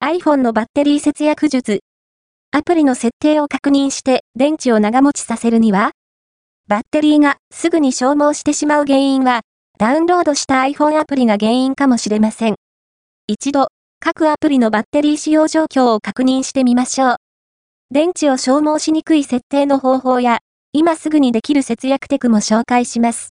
iPhone のバッテリー節約術。アプリの設定を確認して電池を長持ちさせるには、バッテリーがすぐに消耗してしまう原因は、ダウンロードした iPhone アプリが原因かもしれません。一度、各アプリのバッテリー使用状況を確認してみましょう。電池を消耗しにくい設定の方法や、今すぐにできる節約テクも紹介します。